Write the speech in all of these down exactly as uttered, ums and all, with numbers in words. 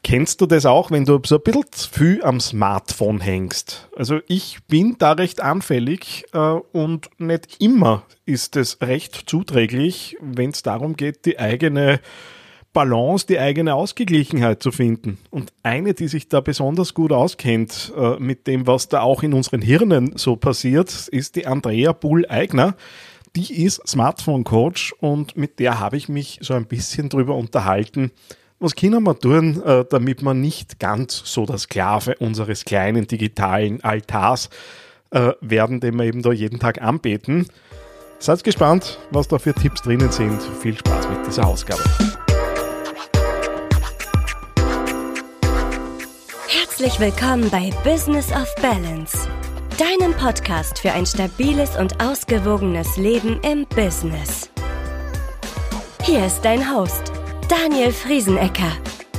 Kennst du das auch, wenn du so ein bisschen zu viel am Smartphone hängst? Also ich bin da recht anfällig äh, und nicht immer ist es recht zuträglich, wenn es darum geht, die eigene Balance, die eigene Ausgeglichenheit zu finden. Und eine, die sich da besonders gut auskennt äh, mit dem, was da auch in unseren Hirnen so passiert, ist die Andrea Bull-Eigner. Die ist Smartphone-Coach und mit der habe ich mich so ein bisschen drüber unterhalten, was können wir tun, äh, damit wir nicht ganz so der Sklave unseres kleinen digitalen Altars äh, werden, den wir eben da jeden Tag anbeten. Seid gespannt, was da für Tipps drinnen sind. Viel Spaß mit dieser Ausgabe. Herzlich willkommen bei Business of Balance, deinem Podcast für ein stabiles und ausgewogenes Leben im Business. Hier ist dein Host, Daniel Friesenecker.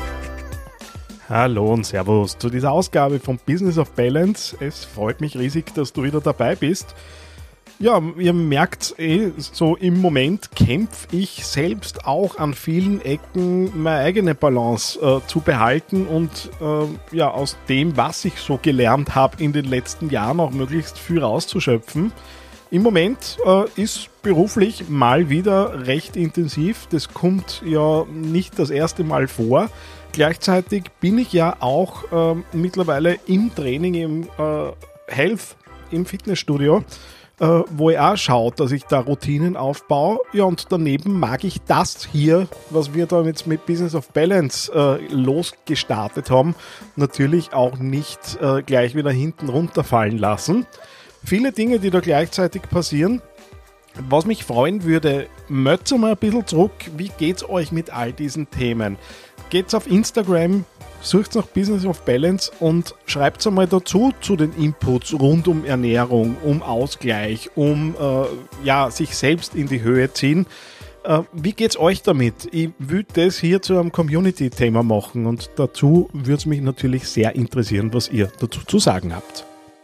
Hallo und Servus zu dieser Ausgabe von Business of Balance. Es freut mich riesig, dass du wieder dabei bist. Ja, ihr merkt eh, so im Moment kämpfe ich selbst auch an vielen Ecken meine eigene Balance äh, zu behalten und äh, ja, aus dem, was ich so gelernt habe in den letzten Jahren, auch möglichst viel rauszuschöpfen. Im Moment äh, ist beruflich mal wieder recht intensiv. Das kommt ja nicht das erste Mal vor. Gleichzeitig bin ich ja auch äh, mittlerweile im Training, im äh, Health, im Fitnessstudio, äh, wo ich auch schaue, dass ich da Routinen aufbaue. Ja, und daneben mag ich das hier, was wir da jetzt mit Business of Balance äh, losgestartet haben, natürlich auch nicht äh, gleich wieder hinten runterfallen lassen. Viele Dinge, die da gleichzeitig passieren. Was mich freuen würde, mötzt mal ein bisschen zurück, wie geht's euch mit all diesen Themen? Geht's auf Instagram, sucht nach Business of Balance und schreibt einmal dazu zu den Inputs rund um Ernährung, um Ausgleich, um äh, ja, sich selbst in die Höhe ziehen. Äh, wie geht's euch damit? Ich würde das hier zu einem Community-Thema machen und dazu würde es mich natürlich sehr interessieren, was ihr dazu zu sagen habt.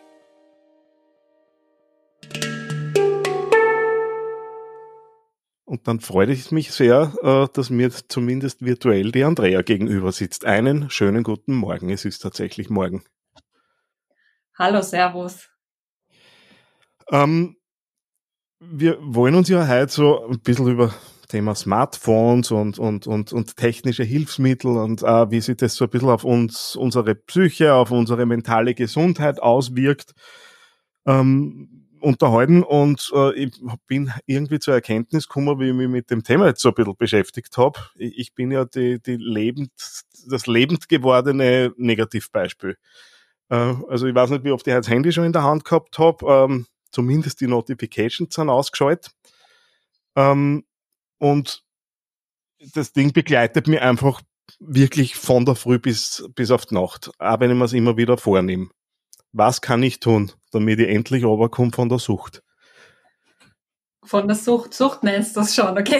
Und dann freut es mich sehr, dass mir zumindest virtuell die Andrea gegenüber sitzt. Einen schönen guten Morgen. Es ist tatsächlich morgen. Hallo, Servus. Ähm, wir wollen uns ja heute so ein bisschen über Thema Smartphones und, und, und, und technische Hilfsmittel und äh, wie sich das so ein bisschen auf uns, unsere Psyche, auf unsere mentale Gesundheit auswirkt, ähm, unterhalten und äh, ich bin irgendwie zur Erkenntnis gekommen, wie ich mich mit dem Thema jetzt so ein bisschen beschäftigt habe. Ich, ich bin ja die, die lebend, das lebend gewordene Negativbeispiel. Äh, also ich weiß nicht, wie oft ich das Handy schon in der Hand gehabt habe, ähm, zumindest die Notifications sind ausgeschaltet. Ähm, und das Ding begleitet mich einfach wirklich von der Früh bis, bis auf die Nacht, auch wenn ich mir es immer wieder vornehme. Was kann ich tun, damit ich endlich runterkomme von der Sucht? Von der Sucht, Sucht nennst du das schon, okay.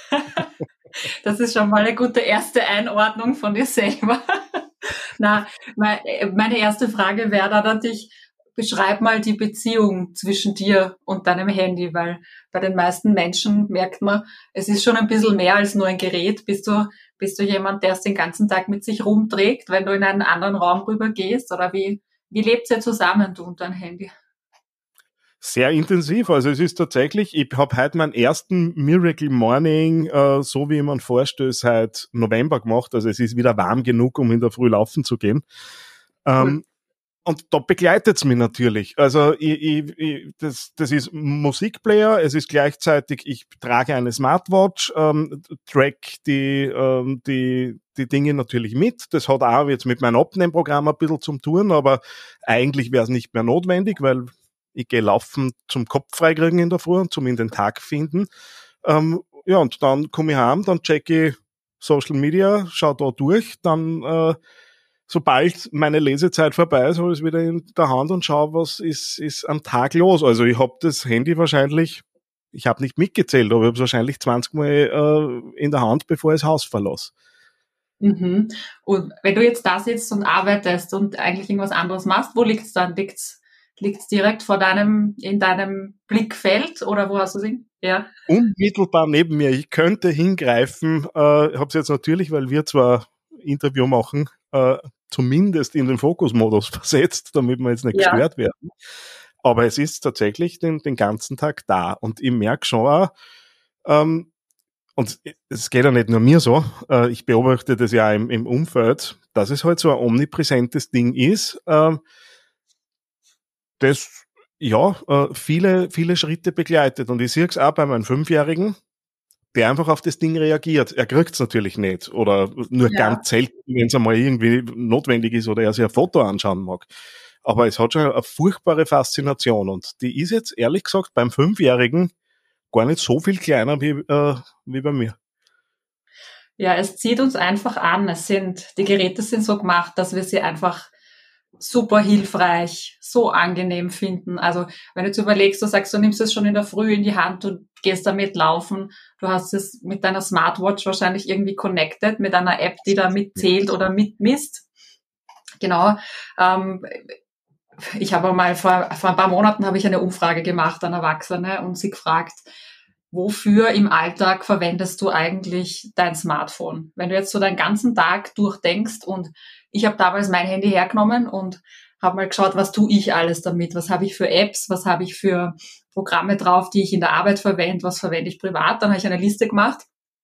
Das ist schon mal eine gute erste Einordnung von dir selber. Na, meine erste Frage wäre da natürlich, beschreib mal die Beziehung zwischen dir und deinem Handy, weil bei den meisten Menschen merkt man, es ist schon ein bisschen mehr als nur ein Gerät. Bist du, bist du jemand, der es den ganzen Tag mit sich rumträgt, wenn du in einen anderen Raum rüber gehst, oder wie Wie lebt ihr zusammen, du und dein Handy? Sehr intensiv. Also es ist tatsächlich, ich habe heute meinen ersten Miracle Morning, äh, so wie man vorstellt, seit November gemacht. Also es ist wieder warm genug, um in der Früh laufen zu gehen. Ähm, cool. Und da begleitet es mich natürlich. Also ich, ich, ich, das, das ist Musikplayer, es ist gleichzeitig, ich trage eine Smartwatch, ähm, track die, ähm, die, die Dinge natürlich mit. Das hat auch jetzt mit meinem Abnehmprogramm ein bisschen zum tun, aber eigentlich wäre es nicht mehr notwendig, weil ich gehe laufen zum Kopf freikriegen in der Früh und zum in den Tag finden. Ähm, ja, und dann komme ich heim, dann checke ich Social Media, schaue da durch, dann äh, sobald meine Lesezeit vorbei ist, habe ich es wieder in der Hand und schaue, was ist, ist am Tag los. Also ich habe das Handy wahrscheinlich, ich habe nicht mitgezählt, aber ich habe es wahrscheinlich zwanzig Mal äh, in der Hand, bevor ich das Haus verlasse. Mhm. Und wenn du jetzt da sitzt und arbeitest und eigentlich irgendwas anderes machst, wo liegt's dann? Liegt's, liegt's direkt vor deinem, in deinem Blickfeld oder wo hast du es? Ja. Unmittelbar neben mir. Ich könnte hingreifen, äh, ich habe es jetzt natürlich, weil wir zwar Interview machen, äh, äh, zumindest in den Fokusmodus versetzt, damit wir jetzt nicht Ja. gestört werden. Aber es ist tatsächlich den, den ganzen Tag da. Und ich merke schon auch, ähm, und es geht ja nicht nur mir so, äh, ich beobachte das ja im, im Umfeld, dass es halt so ein omnipräsentes Ding ist, äh, das ja äh, viele, viele Schritte begleitet. Und ich sehe es auch bei meinem Fünfjährigen, der einfach auf das Ding reagiert. Er kriegt es natürlich nicht oder nur Ja. ganz selten, wenn es einmal irgendwie notwendig ist oder er sich ein Foto anschauen mag. Aber es hat schon eine furchtbare Faszination und die ist jetzt ehrlich gesagt beim Fünfjährigen gar nicht so viel kleiner wie, äh, wie bei mir. Ja, es zieht uns einfach an. Es sind, die Geräte sind so gemacht, dass wir sie einfach super hilfreich, so angenehm finden. Also, wenn du jetzt überlegst, du sagst, du nimmst es schon in der Früh in die Hand, du gehst damit laufen, du hast es mit deiner Smartwatch wahrscheinlich irgendwie connected, mit einer App, die da mitzählt oder mitmisst. Genau. Ähm, ich habe mal vor, vor ein paar Monaten habe ich eine Umfrage gemacht an Erwachsene und sie gefragt, wofür im Alltag verwendest du eigentlich dein Smartphone? Wenn du jetzt so deinen ganzen Tag durchdenkst und ich habe damals mein Handy hergenommen und habe mal geschaut, was tue ich alles damit? Was habe ich für Apps? Was habe ich für Programme drauf, die ich in der Arbeit verwende? Was verwende ich privat? Dann habe ich eine Liste gemacht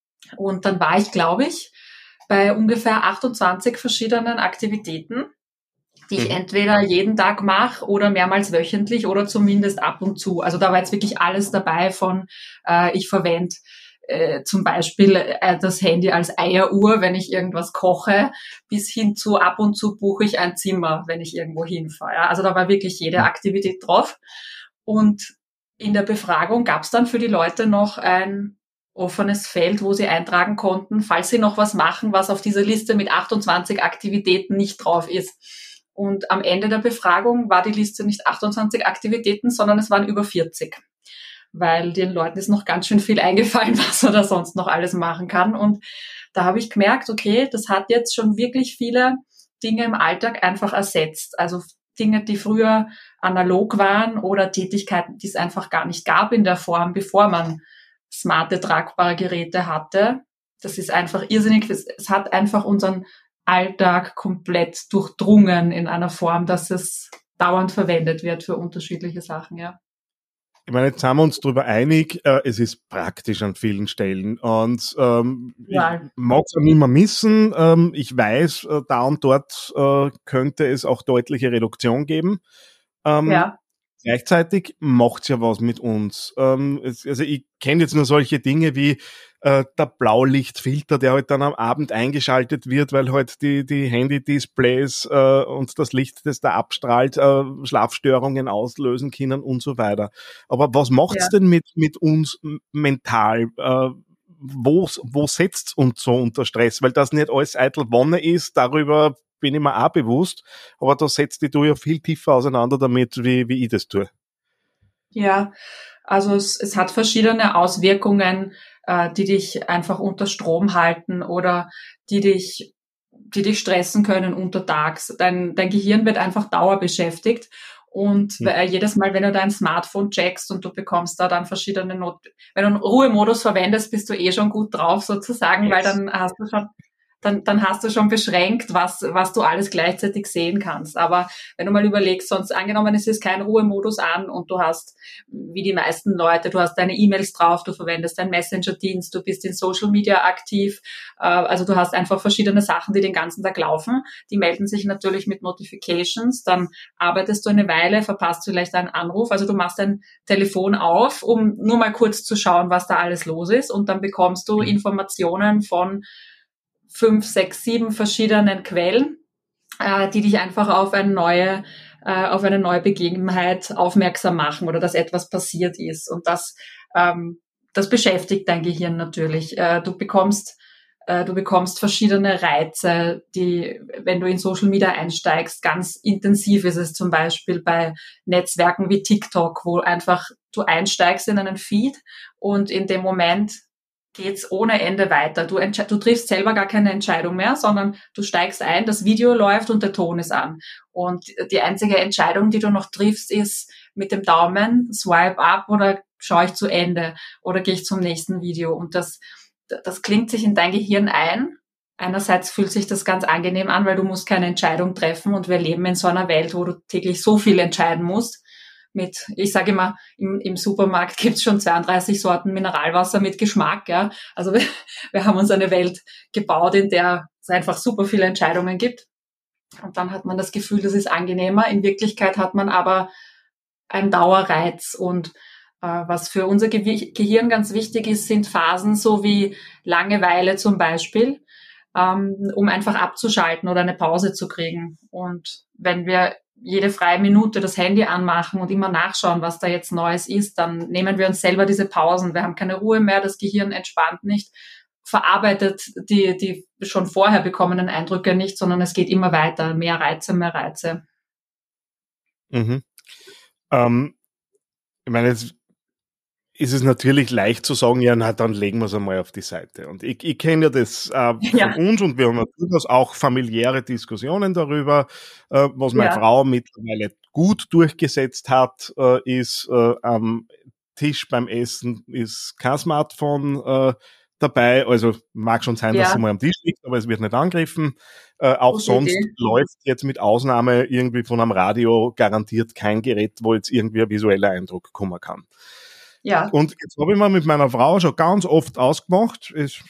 und dann war ich, glaube ich, bei ungefähr achtundzwanzig verschiedenen Aktivitäten, die ich Mhm. entweder jeden Tag mache oder mehrmals wöchentlich oder zumindest ab und zu. Also da war jetzt wirklich alles dabei von, äh, ich verwende äh, zum Beispiel äh, das Handy als Eieruhr, wenn ich irgendwas koche, bis hin zu ab und zu buche ich ein Zimmer, wenn ich irgendwo hinfahre. Ja? Also da war wirklich jede Aktivität drauf. Und in der Befragung gab es dann für die Leute noch ein offenes Feld, wo sie eintragen konnten, falls sie noch was machen, was auf dieser Liste mit achtundzwanzig Aktivitäten nicht drauf ist. Und am Ende der Befragung war die Liste nicht achtundzwanzig Aktivitäten, sondern es waren über vierzig. Weil den Leuten ist noch ganz schön viel eingefallen, was man da sonst noch alles machen kann. Und da habe ich gemerkt, okay, das hat jetzt schon wirklich viele Dinge im Alltag einfach ersetzt. Also Dinge, die früher analog waren oder Tätigkeiten, die es einfach gar nicht gab in der Form, bevor man smarte, tragbare Geräte hatte. Das ist einfach irrsinnig. Es hat einfach unseren Alltag komplett durchdrungen in einer Form, dass es dauernd verwendet wird für unterschiedliche Sachen, ja. Ich meine, jetzt sind wir uns darüber einig, äh, es ist praktisch an vielen Stellen und ähm, Ja. ich mag es auch nicht mehr missen. Ähm, ich weiß, äh, da und dort äh, könnte es auch deutliche Reduktion geben. Ähm, Ja. Gleichzeitig macht's ja was mit uns. Ähm, es, also ich kenne jetzt nur solche Dinge wie äh, der Blaulichtfilter, der halt dann am Abend eingeschaltet wird, weil halt die die Handy-Displays äh, und das Licht, das da abstrahlt, äh, Schlafstörungen auslösen können und so weiter. Aber was macht's Ja. denn mit mit uns m- mental? Äh, wo wo setzt uns so unter Stress? Weil das nicht alles eitel Wonne ist, darüber bin ich mir auch bewusst, aber da setzt dich du ja viel tiefer auseinander damit, wie, wie ich das tue. Ja, also es, es hat verschiedene Auswirkungen, äh, die dich einfach unter Strom halten oder die dich, die dich stressen können untertags. Dein, dein Gehirn wird einfach dauerbeschäftigt. Und Hm. äh, jedes Mal, wenn du dein Smartphone checkst und du bekommst da dann verschiedene Not, wenn du einen Ruhemodus verwendest, bist du eh schon gut drauf sozusagen, Yes. weil dann hast du schon Dann, dann hast du schon beschränkt, was, was du alles gleichzeitig sehen kannst. Aber wenn du mal überlegst, sonst angenommen, es ist kein Ruhemodus an und du hast, wie die meisten Leute, du hast deine E-Mails drauf, du verwendest deinen Messenger-Dienst, du bist in Social Media aktiv, äh, also du hast einfach verschiedene Sachen, die den ganzen Tag laufen. Die melden sich natürlich mit Notifications, dann arbeitest du eine Weile, verpasst vielleicht einen Anruf, also du machst dein Telefon auf, um nur mal kurz zu schauen, was da alles los ist und dann bekommst du Informationen von fünf, sechs, sieben verschiedenen Quellen, äh, die dich einfach auf eine neue, äh, auf eine neue Begebenheit aufmerksam machen oder dass etwas passiert ist. Und das, ähm, das beschäftigt dein Gehirn natürlich. Äh, du bekommst, äh, du bekommst verschiedene Reize, die, wenn du in Social Media einsteigst, ganz intensiv ist es zum Beispiel bei Netzwerken wie TikTok, wo einfach du einsteigst in einen Feed und in dem Moment geht's ohne Ende weiter. Du, entsche- du triffst selber gar keine Entscheidung mehr, sondern du steigst ein, das Video läuft und der Ton ist an. Und die einzige Entscheidung, die du noch triffst, ist mit dem Daumen, swipe up oder schaue ich zu Ende oder gehe ich zum nächsten Video. Und das, das klingt sich in dein Gehirn ein einerseits fühlt sich das ganz angenehm an, weil du musst keine Entscheidung treffen und wir leben in so einer Welt, wo du täglich so viel entscheiden musst. Mit, ich sage immer, im, im Supermarkt gibt's schon zweiunddreißig Sorten Mineralwasser mit Geschmack. Ja. Also wir, wir haben uns eine Welt gebaut, in der es einfach super viele Entscheidungen gibt. Und dann hat man das Gefühl, das ist angenehmer. In Wirklichkeit hat man aber einen Dauerreiz. Und äh, was für unser Ge- Gehirn ganz wichtig ist, sind Phasen so wie Langeweile zum Beispiel, ähm, um einfach abzuschalten oder eine Pause zu kriegen. Und wenn wir jede freie Minute das Handy anmachen und immer nachschauen, was da jetzt Neues ist, dann nehmen wir uns selber diese Pausen. Wir haben keine Ruhe mehr, das Gehirn entspannt nicht, verarbeitet die, die schon vorher bekommenen Eindrücke nicht, sondern es geht immer weiter. Mehr Reize, mehr Reize. Mhm. Ähm, ich meine, jetzt ist es natürlich leicht zu sagen, ja, na, dann legen wir es einmal auf die Seite. Und ich, ich kenne ja das äh, von Ja. uns und wir haben ja durchaus auch familiäre Diskussionen darüber. Äh, was meine Ja. Frau mittlerweile gut durchgesetzt hat, äh, ist äh, am Tisch beim Essen ist kein Smartphone äh, dabei. Also mag schon sein, Ja. dass es mal am Tisch liegt, aber es wird nicht angegriffen. Äh, auch Gute sonst Idee. läuft jetzt mit Ausnahme irgendwie von einem Radio garantiert kein Gerät, wo jetzt irgendwie ein visueller Eindruck kommen kann. Ja. Und jetzt habe ich mir mit meiner Frau schon ganz oft ausgemacht, es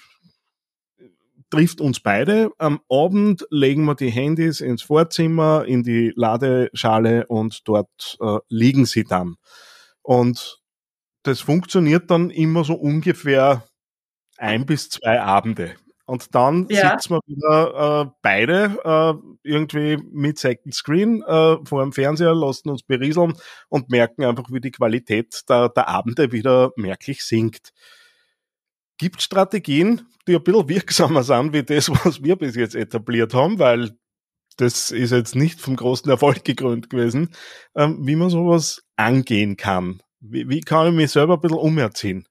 trifft uns beide. Am Abend legen wir die Handys ins Vorzimmer, in die Ladeschale und dort äh, liegen sie dann. Und das funktioniert dann immer so ungefähr ein bis zwei Abende. Und dann Ja. sitzen wir wieder äh, beide äh, irgendwie mit Second Screen äh, vor dem Fernseher, lassen uns berieseln und merken einfach, wie die Qualität der, der Abende wieder merklich sinkt. Gibt es Strategien, die ein bisschen wirksamer sind, wie das, was wir bis jetzt etabliert haben, weil das ist jetzt nicht vom großen Erfolg gekrönt gewesen, ähm, wie man sowas angehen kann? Wie, wie kann ich mich selber ein bisschen umerziehen?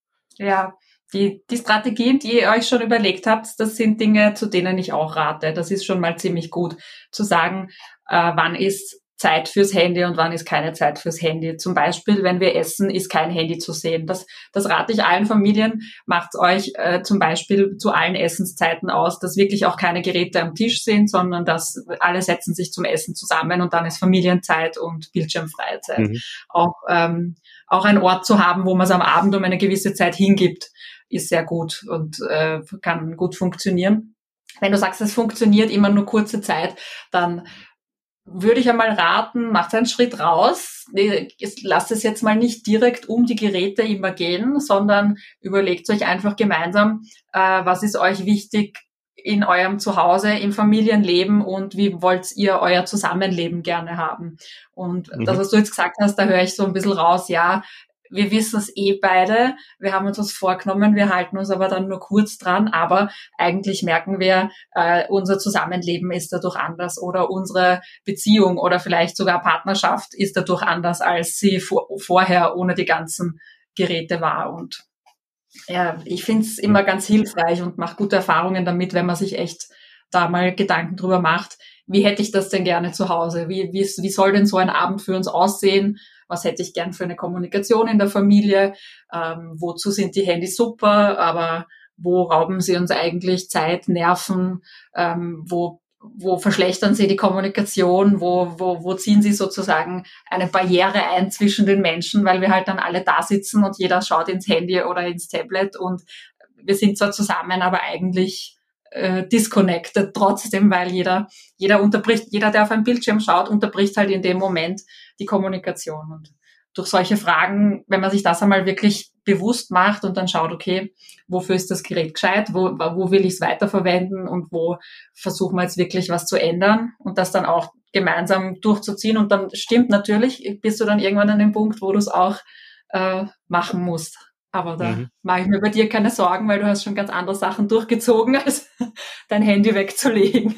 Ja, die, die Strategien, die ihr euch schon überlegt habt, das sind Dinge, zu denen ich auch rate. Das ist schon mal ziemlich gut, zu sagen, äh, wann ist Zeit fürs Handy und wann ist keine Zeit fürs Handy. Zum Beispiel, wenn wir essen, ist kein Handy zu sehen. Das, das rate ich allen Familien. Macht euch äh, zum Beispiel zu allen Essenszeiten aus, dass wirklich auch keine Geräte am Tisch sind, sondern dass alle setzen sich zum Essen zusammen und dann ist Familienzeit und bildschirmfreie Zeit. Mhm. Auch, ähm, auch ein Ort zu haben, wo man es am Abend um eine gewisse Zeit hingibt, ist sehr gut und äh, kann gut funktionieren. Wenn du sagst, es funktioniert immer nur kurze Zeit, dann würde ich einmal raten, macht einen Schritt raus. Lasst es jetzt mal nicht direkt um die Geräte immer gehen, sondern überlegt euch einfach gemeinsam, äh, was ist euch wichtig in eurem Zuhause, im Familienleben und wie wollt ihr euer Zusammenleben gerne haben. Und mhm. das, was du jetzt gesagt hast, da höre ich so ein bisschen raus, ja, wir wissen es eh beide, wir haben uns was vorgenommen, wir halten uns aber dann nur kurz dran, aber eigentlich merken wir, äh, unser Zusammenleben ist dadurch anders oder unsere Beziehung oder vielleicht sogar Partnerschaft ist dadurch anders, als sie vor, vorher ohne die ganzen Geräte war. Und ja, ich finde es immer ganz hilfreich und mache gute Erfahrungen damit, wenn man sich echt da mal Gedanken drüber macht, wie hätte ich das denn gerne zu Hause? Wie, wie, wie soll denn so ein Abend für uns aussehen? Was hätte ich gern für eine Kommunikation in der Familie? Ähm, wozu sind die Handys super? Aber wo rauben sie uns eigentlich Zeit, Nerven? Ähm, wo, wo verschlechtern sie die Kommunikation? Wo, wo, wo ziehen sie sozusagen eine Barriere ein zwischen den Menschen? Weil wir halt dann alle da sitzen und jeder schaut ins Handy oder ins Tablet und wir sind zwar zusammen, aber eigentlich äh, disconnected trotzdem, weil jeder, jeder unterbricht, jeder, der auf einen Bildschirm schaut, unterbricht halt in dem Moment die Kommunikation. Und durch solche Fragen, wenn man sich das einmal wirklich bewusst macht und dann schaut, okay, wofür ist das Gerät gescheit, wo, wo will ich es weiterverwenden und wo versuchen wir jetzt wirklich was zu ändern und das dann auch gemeinsam durchzuziehen. Und dann stimmt natürlich, bist du dann irgendwann an dem Punkt, wo du es auch äh, machen musst. Aber da mhm. mache ich mir bei dir keine Sorgen, weil du hast schon ganz andere Sachen durchgezogen, als dein Handy wegzulegen.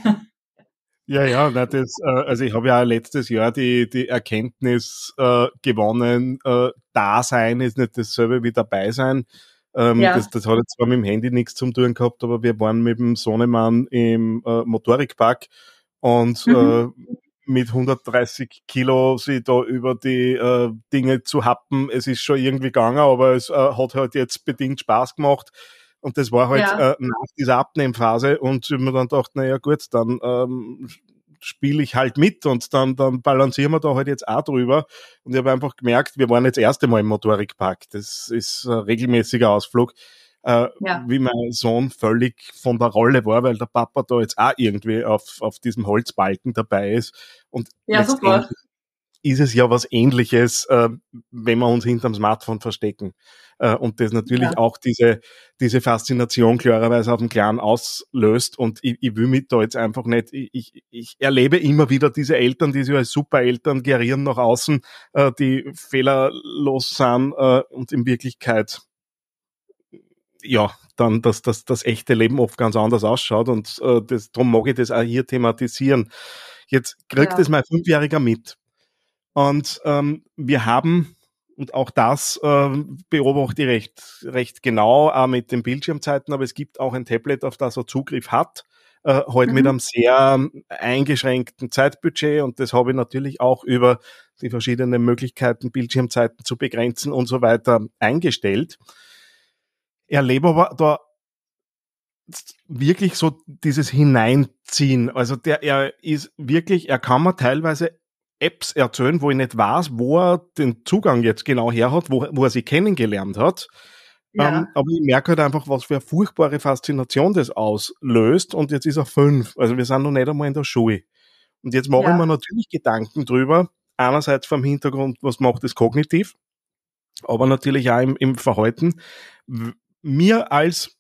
Ja, ja, na, das, äh, also ich habe ja letztes Jahr die, die Erkenntnis äh, gewonnen, äh, Dasein ist nicht dasselbe wie dabei sein. Ähm, ja. das, das hat jetzt zwar mit dem Handy nichts zu tun gehabt, aber wir waren mit dem Sohnemann im äh, Motorikpark und mhm. äh, mit hundertdreißig Kilo sie da über die äh, Dinge zu happen, es ist schon irgendwie gegangen, aber es äh, hat halt jetzt bedingt Spaß gemacht. Und das war halt Ja. äh, nach dieser Abnehmphase und ich hab mir dann gedacht, naja gut, dann ähm, spiele ich halt mit und dann, dann balancieren wir da halt jetzt auch drüber. Und ich habe einfach gemerkt, wir waren jetzt das erste Mal im Motorikpark. Das ist ein regelmäßiger Ausflug. Äh, Ja. Wie mein Sohn völlig von der Rolle war, weil der Papa da jetzt auch irgendwie auf, auf diesem Holzbalken dabei ist. Und Ja, super. ist es ja was Ähnliches, äh, wenn wir uns hinterm Smartphone verstecken. Äh, und das natürlich Ja. auch diese, diese Faszination klarerweise auf dem Kleinen auslöst. Und ich, ich will mich da jetzt einfach nicht, ich, ich, ich erlebe immer wieder diese Eltern, die sich als Supereltern gerieren nach außen, äh, die fehlerlos sind äh, und in Wirklichkeit ja, dann das, das, das echte Leben oft ganz anders ausschaut und äh, das, darum mag ich das auch hier thematisieren. Jetzt kriegt Ja. es mein Fünfjähriger mit und ähm, wir haben, und auch das ähm, beobachte ich recht, recht genau, auch mit den Bildschirmzeiten, aber es gibt auch ein Tablet, auf das er Zugriff hat, äh, heute Mhm. mit einem sehr eingeschränkten Zeitbudget und das habe ich natürlich auch über die verschiedenen Möglichkeiten, Bildschirmzeiten zu begrenzen und so weiter eingestellt. Ich erlebe aber da wirklich so dieses Hineinziehen. Also der, er ist wirklich, er kann mir teilweise Apps erzählen, wo ich nicht weiß, wo er den Zugang jetzt genau her hat, wo, wo er sie kennengelernt hat. Ja. Ähm, aber ich merke halt einfach, was für eine furchtbare Faszination das auslöst. Und jetzt ist er fünf. Also wir sind noch nicht einmal in der Schule. Und jetzt mache Ja. ich mir natürlich Gedanken drüber. Einerseits vom Hintergrund, was macht es kognitiv, aber natürlich auch im, im Verhalten. Mir als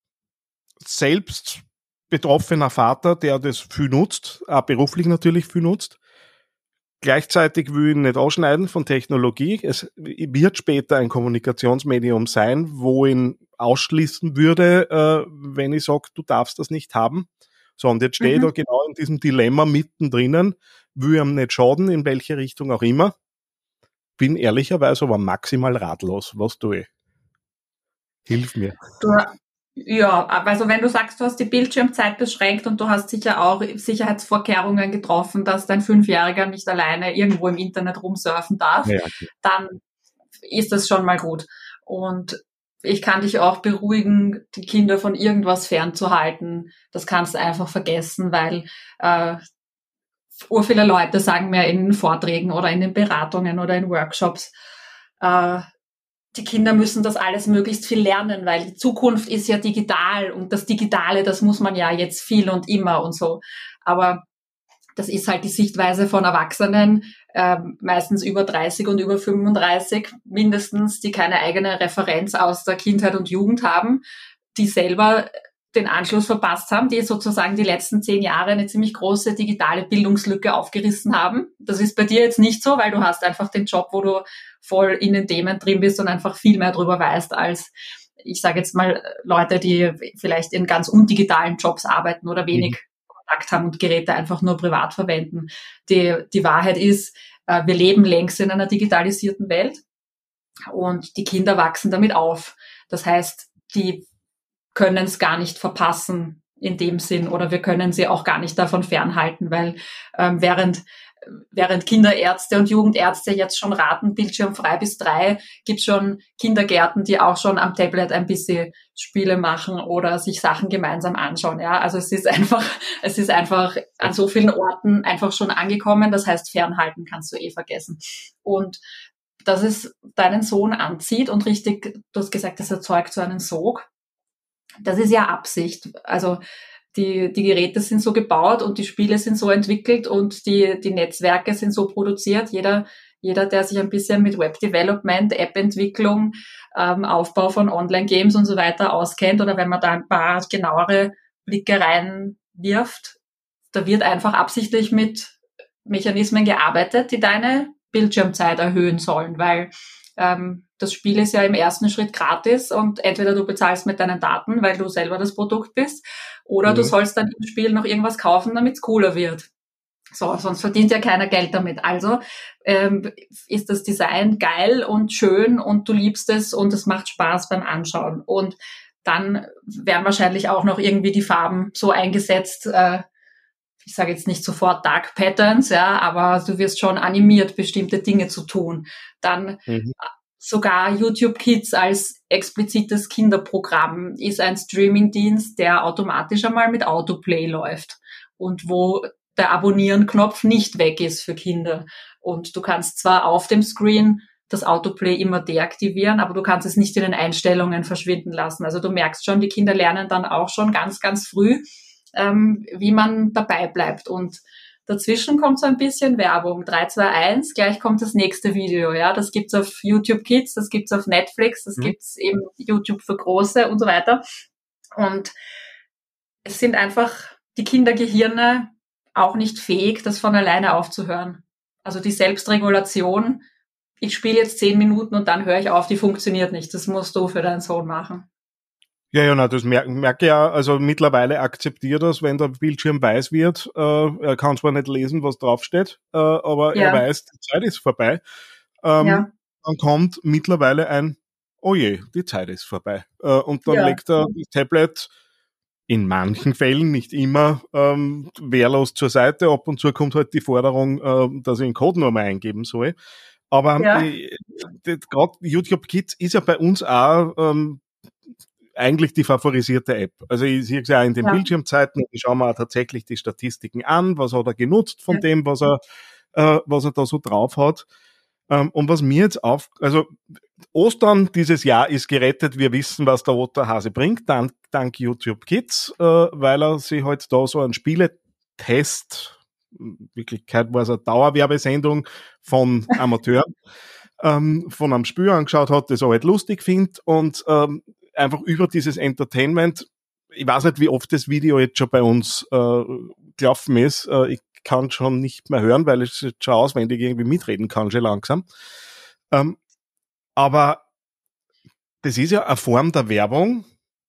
selbst betroffener Vater, der das viel nutzt, auch beruflich natürlich viel nutzt, gleichzeitig will ich nicht ausschneiden von Technologie. Es wird später ein Kommunikationsmedium sein, wo ich ihn ausschließen würde, äh, wenn ich sage, du darfst das nicht haben. So, und jetzt stehe ich Mhm. da genau in diesem Dilemma mittendrin, will ihm nicht schaden, in welche Richtung auch immer. Bin ehrlicherweise aber maximal ratlos. Was tue ich? Hilf mir. Du, ja, also wenn du sagst, du hast die Bildschirmzeit beschränkt und du hast sicher auch Sicherheitsvorkehrungen getroffen, dass dein Fünfjähriger nicht alleine irgendwo im Internet rumsurfen darf, Ja, dann ist das schon mal gut. Und ich kann dich auch beruhigen, die Kinder von irgendwas fernzuhalten. Das kannst du einfach vergessen, weil äh, ur viele Leute sagen mir in Vorträgen oder in den Beratungen oder in Workshops, äh, die Kinder müssen das alles möglichst viel lernen, weil die Zukunft ist ja digital und das Digitale, das muss man ja jetzt viel und immer und so. Aber das ist halt die Sichtweise von Erwachsenen, äh, meistens über dreißig und über fünfunddreißig mindestens, die keine eigene Referenz aus der Kindheit und Jugend haben, die selber den Anschluss verpasst haben, die sozusagen die letzten zehn Jahre eine ziemlich große digitale Bildungslücke aufgerissen haben. Das ist bei dir jetzt nicht so, weil du hast einfach den Job, wo du voll in den Themen drin bist und einfach viel mehr drüber weißt als, ich sage jetzt mal, Leute, die vielleicht in ganz undigitalen Jobs arbeiten oder wenig mhm. Kontakt haben und Geräte einfach nur privat verwenden. Die, die Wahrheit ist, wir leben längst in einer digitalisierten Welt und die Kinder wachsen damit auf. Das heißt, die können es gar nicht verpassen in dem Sinn oder wir können sie auch gar nicht davon fernhalten, weil ähm, während während Kinderärzte und Jugendärzte jetzt schon raten, bildschirmfrei bis drei, gibt es schon Kindergärten, die auch schon am Tablet ein bisschen Spiele machen oder sich Sachen gemeinsam anschauen. Ja, also es ist einfach, es ist einfach an so vielen Orten einfach schon angekommen. Das heißt, fernhalten kannst du eh vergessen. Und dass es deinen Sohn anzieht und richtig, du hast gesagt, das erzeugt so einen Sog. Das ist ja Absicht. Also die, die Geräte sind so gebaut und die Spiele sind so entwickelt und die, die Netzwerke sind so produziert. Jeder, jeder, der sich ein bisschen mit Web-Development, App-Entwicklung, ähm, Aufbau von Online-Games und so weiter auskennt oder wenn man da ein paar genauere Blicke reinwirft, da wird einfach absichtlich mit Mechanismen gearbeitet, die deine Bildschirmzeit erhöhen sollen, weil ähm, das Spiel ist ja im ersten Schritt gratis und entweder du bezahlst mit deinen Daten, weil du selber das Produkt bist, oder mhm. du sollst dann im Spiel noch irgendwas kaufen, damit es cooler wird. So, sonst verdient ja keiner Geld damit. Also ähm, ist das Design geil und schön und du liebst es und es macht Spaß beim Anschauen. Und dann werden wahrscheinlich auch noch irgendwie die Farben so eingesetzt, äh, ich sage jetzt nicht sofort Dark Patterns, ja, aber du wirst schon animiert, bestimmte Dinge zu tun. Dann, mhm. sogar YouTube Kids als explizites Kinderprogramm ist ein Streamingdienst, der automatisch einmal mit Autoplay läuft und wo der Abonnieren-Knopf nicht weg ist für Kinder. Und du kannst zwar auf dem Screen das Autoplay immer deaktivieren, aber du kannst es nicht in den Einstellungen verschwinden lassen. Also du merkst schon, die Kinder lernen dann auch schon ganz, ganz früh, ähm, wie man dabei bleibt. Und dazwischen kommt so ein bisschen Werbung. drei, zwei, eins, gleich kommt das nächste Video. Ja, das gibt's auf YouTube Kids, das gibt's auf Netflix, das mhm. gibt's eben YouTube für Große und so weiter. Und es sind einfach die Kindergehirne auch nicht fähig, das von alleine aufzuhören. Also die Selbstregulation, ich spiele jetzt zehn Minuten und dann höre ich auf, die funktioniert nicht. Das musst du für deinen Sohn machen. Ja, ja, na, das merke merk ja, also mittlerweile akzeptiert das, wenn der Bildschirm weiß wird. Äh, er kann zwar nicht lesen, was draufsteht, äh, aber ja. er weiß, die Zeit ist vorbei. Ähm, ja. Dann kommt mittlerweile ein, oh je, die Zeit ist vorbei. Äh, und dann ja. legt er das Tablet in manchen Fällen, nicht immer, ähm, wehrlos zur Seite. Ab und zu kommt halt die Forderung, äh, dass ich einen Code nochmal eingeben soll. Aber ja. äh, gerade YouTube Kids ist ja bei uns auch ähm, eigentlich die favorisierte App. Also ich sehe es ja in den ja. Bildschirmzeiten, ich schaue mir auch tatsächlich die Statistiken an, was hat er genutzt von ja. dem, was er, äh, was er da so drauf hat. Ähm, und was mir jetzt auf, also Ostern dieses Jahr ist gerettet, wir wissen, was der Osterhase bringt, dank, dank YouTube Kids, äh, weil er sich halt da so einen Spieletest, in Wirklichkeit war es eine Dauerwerbesendung von Amateuren, ähm, von einem Spiel angeschaut hat, das er halt lustig findet und ähm, einfach über dieses Entertainment, ich weiß nicht, wie oft das Video jetzt schon bei uns äh, gelaufen ist, äh, ich kann schon nicht mehr hören, weil ich jetzt schon auswendig irgendwie mitreden kann, schon langsam. Ähm, aber das ist ja eine Form der Werbung.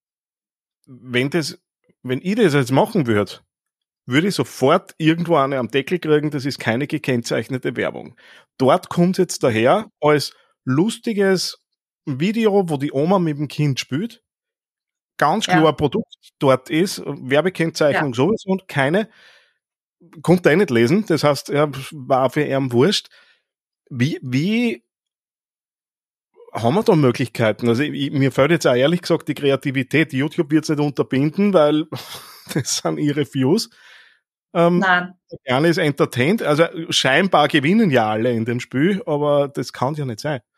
Wenn das, wenn ich das jetzt machen würde, würde ich sofort irgendwo eine am Deckel kriegen, das ist keine gekennzeichnete Werbung. Dort kommt es jetzt daher als lustiges Video, wo die Oma mit dem Kind spielt, ganz klar ja. Produkt dort ist, Werbekennzeichnung ja. sowieso und keine, konnte er nicht lesen, das heißt, er war für ihn wurscht. Wie, wie haben wir da Möglichkeiten? Also ich, mir fällt jetzt auch ehrlich gesagt die Kreativität, YouTube wird es nicht unterbinden, weil das sind ihre Views. Ähm, Nein. Der Kleine ist entertained, also scheinbar gewinnen ja alle in dem Spiel, aber das kann ja nicht sein.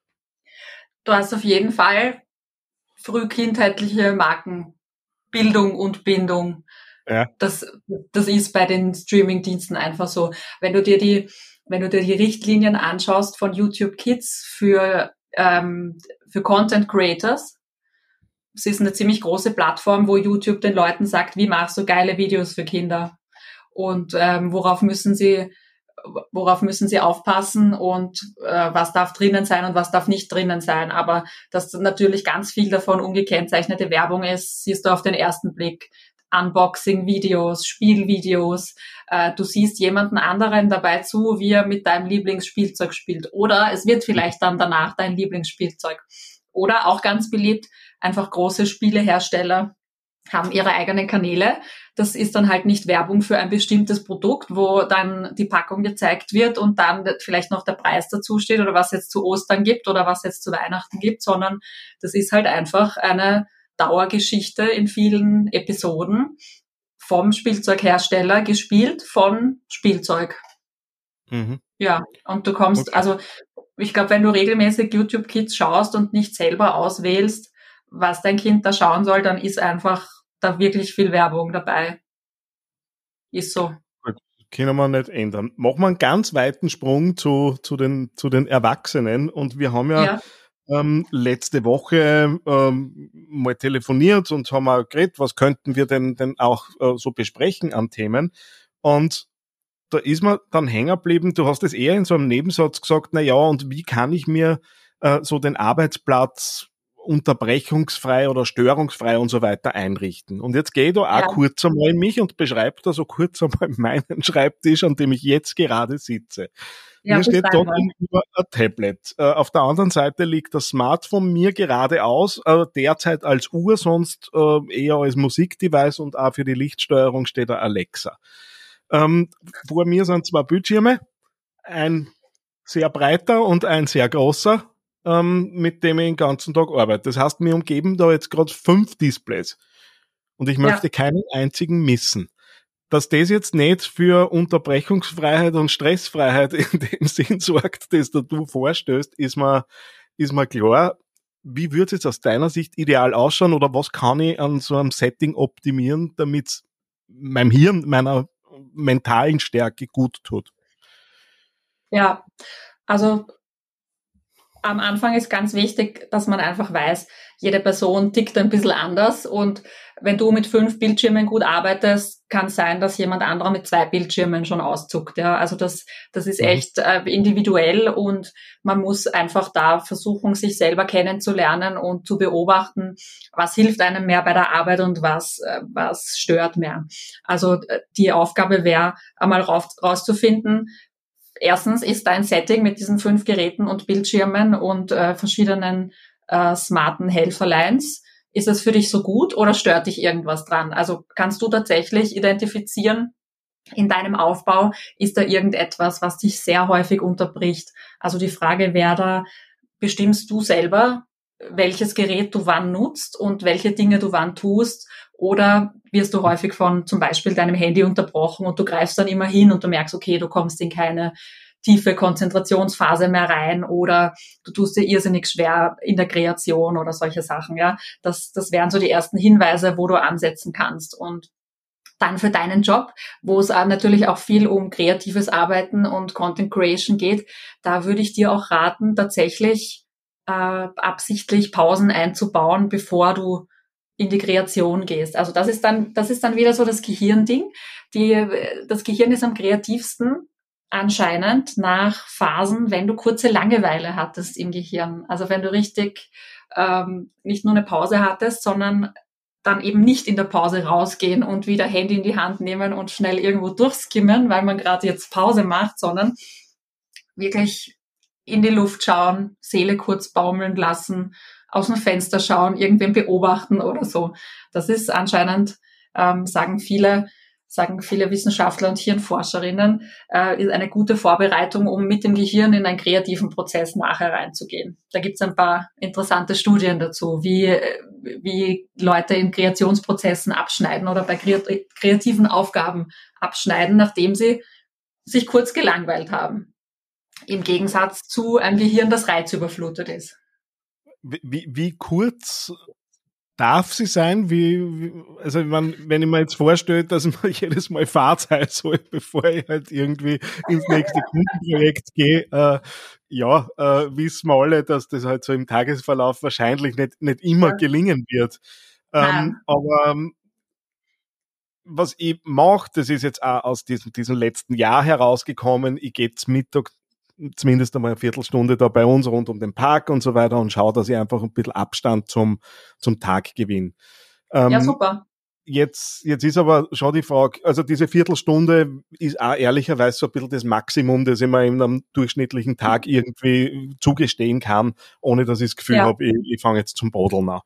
Du hast auf jeden Fall frühkindheitliche Markenbildung und Bindung. Ja. Das, das ist bei den Streamingdiensten einfach so. Wenn du dir die, wenn du dir die Richtlinien anschaust von YouTube Kids für, ähm, für Content Creators, es ist eine ziemlich große Plattform, wo YouTube den Leuten sagt, wie machst du geile Videos für Kinder? Und, ähm, worauf müssen sie, worauf müssen sie aufpassen und äh, was darf drinnen sein und was darf nicht drinnen sein. Aber dass natürlich ganz viel davon ungekennzeichnete Werbung ist, siehst du auf den ersten Blick. Unboxing-Videos, Spielvideos. Äh, du siehst jemanden anderen dabei zu, wie er mit deinem Lieblingsspielzeug spielt. Oder es wird vielleicht dann danach dein Lieblingsspielzeug. Oder auch ganz beliebt, einfach große Spielehersteller haben ihre eigenen Kanäle. Das ist dann halt nicht Werbung für ein bestimmtes Produkt, wo dann die Packung gezeigt wird und dann vielleicht noch der Preis dazu steht oder was jetzt zu Ostern gibt oder was jetzt zu Weihnachten gibt, sondern das ist halt einfach eine Dauergeschichte in vielen Episoden vom Spielzeughersteller gespielt von Spielzeug. Mhm. Ja, und du kommst, okay. also ich glaube, wenn du regelmäßig YouTube Kids schaust und nicht selber auswählst, was dein Kind da schauen soll, dann ist einfach da wirklich viel Werbung dabei. Ist so. Gut, können wir nicht ändern. Machen wir einen ganz weiten Sprung zu, zu, den, zu den Erwachsenen. Und wir haben ja, ja. Ähm, letzte Woche ähm, mal telefoniert und haben auch geredet, was könnten wir denn, denn auch äh, so besprechen an Themen. Und da ist mir dann hängen geblieben, du hast es eher in so einem Nebensatz gesagt, na ja, und wie kann ich mir äh, so den Arbeitsplatz unterbrechungsfrei oder störungsfrei und so weiter einrichten. Und jetzt gehe ich da auch ja. kurz einmal in mich und beschreibe da so kurz einmal meinen Schreibtisch, an dem ich jetzt gerade sitze. Ja, mir steht da gegenüber ein Tablet. Äh, auf der anderen Seite liegt das Smartphone mir geradeaus, äh, derzeit als Uhr, sonst äh, eher als Musikdevice und auch für die Lichtsteuerung steht da Alexa. Ähm, vor mir sind zwei Bildschirme, ein sehr breiter und ein sehr großer. ähm, mit dem ich den ganzen Tag arbeite. Das heißt, mir umgeben da jetzt gerade fünf Displays und ich möchte ja. keinen einzigen missen. Dass das jetzt nicht für Unterbrechungsfreiheit und Stressfreiheit in dem Sinn sorgt, das da du vorstößt, ist mir, ist mir klar. Wie würde es jetzt aus deiner Sicht ideal ausschauen oder was kann ich an so einem Setting optimieren, damit es meinem Hirn, meiner mentalen Stärke gut tut? Ja, also am Anfang ist ganz wichtig, dass man einfach weiß, jede Person tickt ein bisschen anders und wenn du mit fünf Bildschirmen gut arbeitest, kann es sein, dass jemand anderer mit zwei Bildschirmen schon auszuckt. Ja, also das, das ist echt äh, individuell und man muss einfach da versuchen, sich selber kennenzulernen und zu beobachten, was hilft einem mehr bei der Arbeit und was, äh, was stört mehr. Also äh, die Aufgabe wäre, einmal rauf, rauszufinden, erstens ist dein Setting mit diesen fünf Geräten und Bildschirmen und äh, verschiedenen äh, smarten Helferlines, ist es für dich so gut oder stört dich irgendwas dran? Also kannst du tatsächlich identifizieren in deinem Aufbau, ist da irgendetwas, was dich sehr häufig unterbricht? Also die Frage wäre da, bestimmst du selber, welches Gerät du wann nutzt und welche Dinge du wann tust? Oder wirst du häufig von zum Beispiel deinem Handy unterbrochen und du greifst dann immer hin und du merkst, okay, du kommst in keine tiefe Konzentrationsphase mehr rein oder du tust dir irrsinnig schwer in der Kreation oder solche Sachen, ja. Das, das wären so die ersten Hinweise, wo du ansetzen kannst. Und dann für deinen Job, wo es natürlich auch viel um kreatives Arbeiten und Content Creation geht, da würde ich dir auch raten, tatsächlich äh, absichtlich Pausen einzubauen, bevor du in die Kreation gehst. Also das ist dann, das ist dann wieder so das Gehirnding. Die, das Gehirn ist am kreativsten anscheinend nach Phasen, wenn du kurze Langeweile hattest im Gehirn. Also wenn du richtig ähm, nicht nur eine Pause hattest, sondern dann eben nicht in der Pause rausgehen und wieder Handy in die Hand nehmen und schnell irgendwo durchskimmen, weil man gerade jetzt Pause macht, sondern wirklich in die Luft schauen, Seele kurz baumeln lassen, aus dem Fenster schauen, irgendwen beobachten oder so. Das ist anscheinend, ähm, sagen viele, sagen viele Wissenschaftler und Hirnforscherinnen, äh, ist eine gute Vorbereitung, um mit dem Gehirn in einen kreativen Prozess nachher reinzugehen. Da gibt's ein paar interessante Studien dazu, wie, wie Leute in Kreationsprozessen abschneiden oder bei kreativen Aufgaben abschneiden, nachdem sie sich kurz gelangweilt haben. Im Gegensatz zu einem Gehirn, das reizüberflutet ist. Wie, wie kurz darf sie sein? Wie, wie also ich meine, wenn ich mir jetzt vorstelle, dass man jedes Mal Fahrzeit soll, bevor ich halt irgendwie ins nächste Kundenprojekt gehe, äh, ja, äh, wissen wir alle, dass das halt so im Tagesverlauf wahrscheinlich nicht, nicht immer ja. gelingen wird. Ähm, aber ähm, was ich mache, das ist jetzt auch aus diesem, diesem letzten Jahr herausgekommen, ich gehe zum Mittag zumindest einmal eine Viertelstunde da bei uns rund um den Park und so weiter und schaue, dass ich einfach ein bisschen Abstand zum, zum Tag gewinne. Ähm, ja, super. Jetzt, jetzt ist aber schon die Frage, also diese Viertelstunde ist auch ehrlicherweise so ein bisschen das Maximum, das ich mir in einem durchschnittlichen Tag irgendwie zugestehen kann, ohne dass ich das Gefühl ja. habe, ich, ich fange jetzt zum Brodeln an.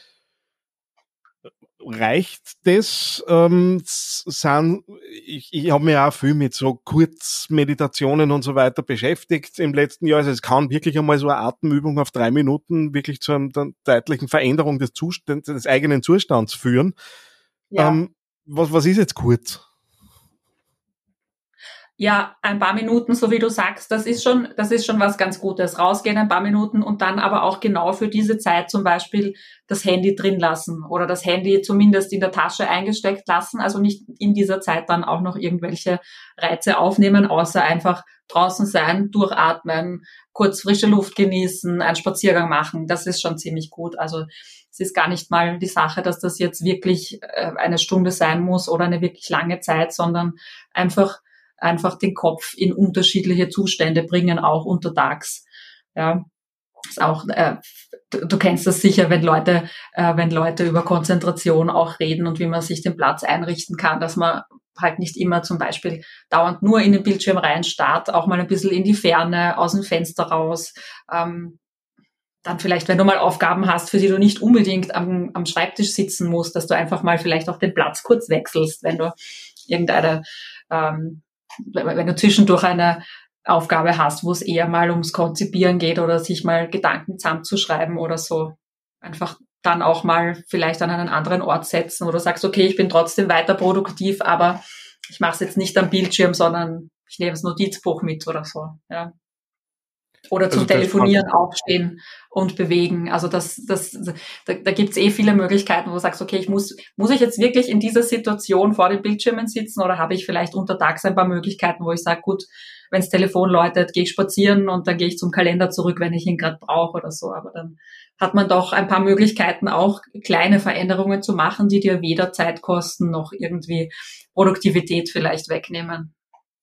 Reicht das? Ähm, sind, ich ich habe mich auch viel mit so Kurzmeditationen und so weiter beschäftigt im letzten Jahr. Also es kann wirklich einmal so eine Atemübung auf drei Minuten wirklich zu einer deutlichen Veränderung des Zustands, des eigenen Zustands führen. Ja. Ähm, was, was ist jetzt kurz? Ja, ein paar Minuten, so wie du sagst, das ist schon, das ist schon was ganz Gutes. Rausgehen ein paar Minuten und dann aber auch genau für diese Zeit zum Beispiel das Handy drin lassen oder das Handy zumindest in der Tasche eingesteckt lassen. Also nicht in dieser Zeit dann auch noch irgendwelche Reize aufnehmen, außer einfach draußen sein, durchatmen, kurz frische Luft genießen, einen Spaziergang machen. Das ist schon ziemlich gut. Also es ist gar nicht mal die Sache, dass das jetzt wirklich eine Stunde sein muss oder eine wirklich lange Zeit, sondern einfach einfach den Kopf in unterschiedliche Zustände bringen, auch untertags. Ja, ist auch, äh, du, du kennst das sicher, wenn Leute, äh, wenn Leute über Konzentration auch reden und wie man sich den Platz einrichten kann, dass man halt nicht immer zum Beispiel dauernd nur in den Bildschirm rein starrt, auch mal ein bisschen in die Ferne, aus dem Fenster raus. Ähm, dann vielleicht, wenn du mal Aufgaben hast, für die du nicht unbedingt am, am Schreibtisch sitzen musst, dass du einfach mal vielleicht auch den Platz kurz wechselst, wenn du irgendeine ähm, wenn du zwischendurch eine, Aufgabe hast, wo es eher mal ums Konzipieren geht oder sich mal Gedanken zusammenzuschreiben oder so. Einfach dann auch mal vielleicht an einen anderen Ort setzen oder sagst, okay, ich bin trotzdem weiter produktiv, aber ich mache es jetzt nicht am Bildschirm, sondern ich nehme das Notizbuch mit oder so. Ja. Oder zum Also das Telefonieren aufstehen und bewegen. Also das, das, da, da gibt's eh viele Möglichkeiten, wo du sagst, okay, ich muss, muss ich jetzt wirklich in dieser Situation vor den Bildschirmen sitzen oder habe ich vielleicht untertags ein paar Möglichkeiten, wo ich sage, gut, wenn das Telefon läutet, gehe ich spazieren und dann gehe ich zum Kalender zurück, wenn ich ihn gerade brauche oder so. Aber dann hat man doch ein paar Möglichkeiten, auch kleine Veränderungen zu machen, die dir weder Zeit kosten noch irgendwie Produktivität vielleicht wegnehmen.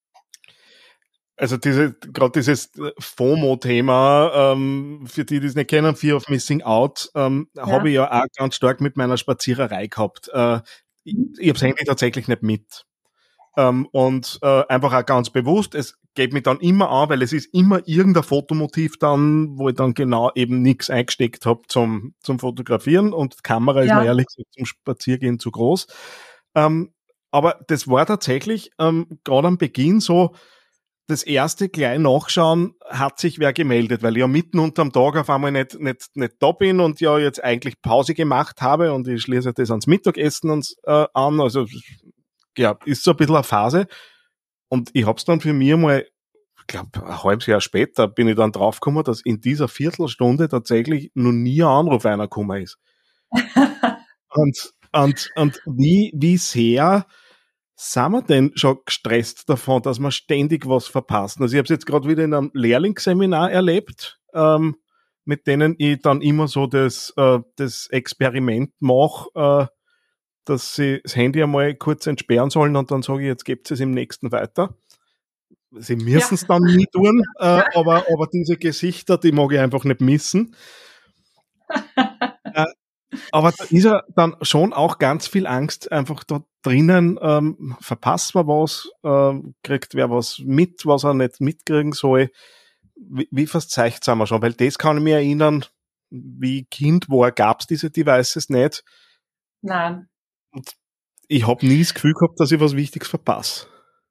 Also diese, gerade dieses FOMO-Thema, ähm, für die, die es nicht kennen, Fear of Missing Out, ähm, ja. habe ich ja auch ganz stark mit meiner Spaziererei gehabt. Äh, ich ich habe das Handy tatsächlich nicht mit. Ähm, und äh, einfach auch ganz bewusst, es geht mich dann immer an, weil es ist immer irgendein Fotomotiv dann, wo ich dann genau eben nichts eingesteckt habe zum, zum Fotografieren und die Kamera ist ja. mir ehrlich gesagt zum Spaziergehen zu groß. Ähm, aber das war tatsächlich ähm, gerade am Beginn so, das erste gleich nachschauen, hat sich wer gemeldet, weil ich ja mitten unterm Tag auf einmal nicht, nicht, nicht da bin und ja jetzt eigentlich Pause gemacht habe und ich schließe das ans Mittagessen und, äh, an. Also ja, ist so ein bisschen eine Phase. Und ich hab's dann für mich mal, ich glaube, ein halbes Jahr später bin ich dann draufgekommen, dass in dieser Viertelstunde tatsächlich noch nie ein Anruf einer gekommen ist. und, und, und wie, wie sehr sind wir denn schon gestresst davon, dass wir ständig was verpassen? Also ich habe es jetzt gerade wieder in einem Lehrlingsseminar erlebt, ähm, mit denen ich dann immer so das, äh, das Experiment mache, äh, dass sie das Handy einmal kurz entsperren sollen und dann sage ich, jetzt gebt es im nächsten weiter. Sie müssen es ja. dann nie tun, äh, aber, aber diese Gesichter, die mag ich einfach nicht missen. äh, Aber da ist ja dann schon auch ganz viel Angst einfach da drinnen, ähm, verpasst man was, ähm, kriegt wer was mit, was er nicht mitkriegen soll. Wie, wie verzeichnet sind wir schon? Weil das kann ich mir erinnern, wie ich Kind war, gab es diese Devices nicht. Nein. Und ich habe nie das Gefühl gehabt, dass ich was Wichtiges verpasse.